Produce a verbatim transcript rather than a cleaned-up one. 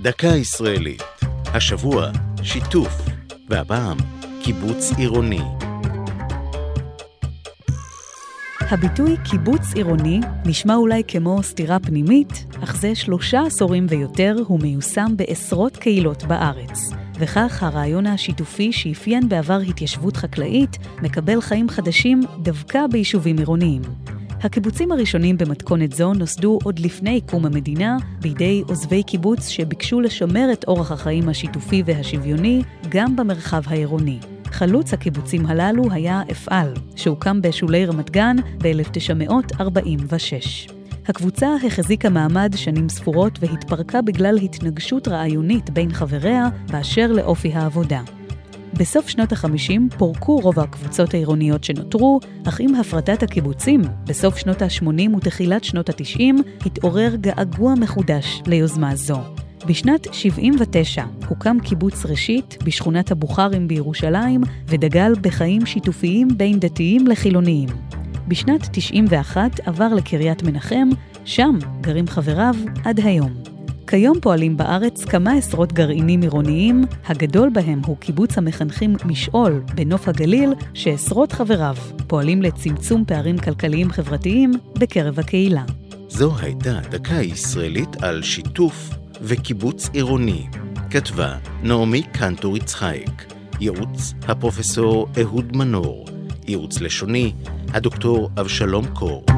דקה ישראלית. השבוע שיתוף, והפעם קיבוץ עירוני. הביטוי קיבוץ עירוני נשמע אולי כמו סתירה פנימית, אך זה שלושה עשורים ויותר הוא מיושם בעשרות קהילות בארץ. וכך הרעיון השיתופי שאפיין בעבר התיישבות חקלאית מקבל חיים חדשים דווקא ביישובים עירוניים. הקיבוצים הראשונים במתכונת זו נוסדו עוד לפני קום המדינה בידי עוזבי קיבוץ שביקשו לשמר את אורח החיים השיתופי והשוויוני גם במרחב העירוני. חלוץ הקיבוצים הללו היה אפעל, שהוקם בשולי רמת גן ב-אלף תשע מאות ארבעים ושש. הקבוצה החזיקה מעמד שנים ספורות והתפרקה בגלל התנגשות רעיונית בין חבריה באשר לאופי העבודה. בסוף שנות ה-חמישים פורקו רוב הקבוצות העירוניות שנותרו, אך עם הפרטת הקיבוצים, בסוף שנות ה-שמונים ותחילת שנות ה-תשעים, התעורר געגוע מחודש ליוזמה זו. בשנת שבעים ותשע הוקם קיבוץ ראשית בשכונת הבוכרים בירושלים, ודגל בחיים שיתופיים בין דתיים לחילוניים. בשנת תשעים ואחת עבר לקריית מנחם, שם גרים חבריו עד היום. כיום פועלים בארץ כמה עשרות גרעינים עירוניים, הגדול בהם הוא קיבוץ המחנכים משעול בנוף הגליל, שעשרות חבריו פועלים לצמצום פערים כלכליים חברתיים בקרב הקהילה. זו הייתה דקה ישראלית על שיתוף וקיבוץ עירוני. כתבה נעמי קנטור יצחייק, ייעוץ הפרופסור אהוד מנור, ייעוץ לשוני הדוקטור אבשלום קור.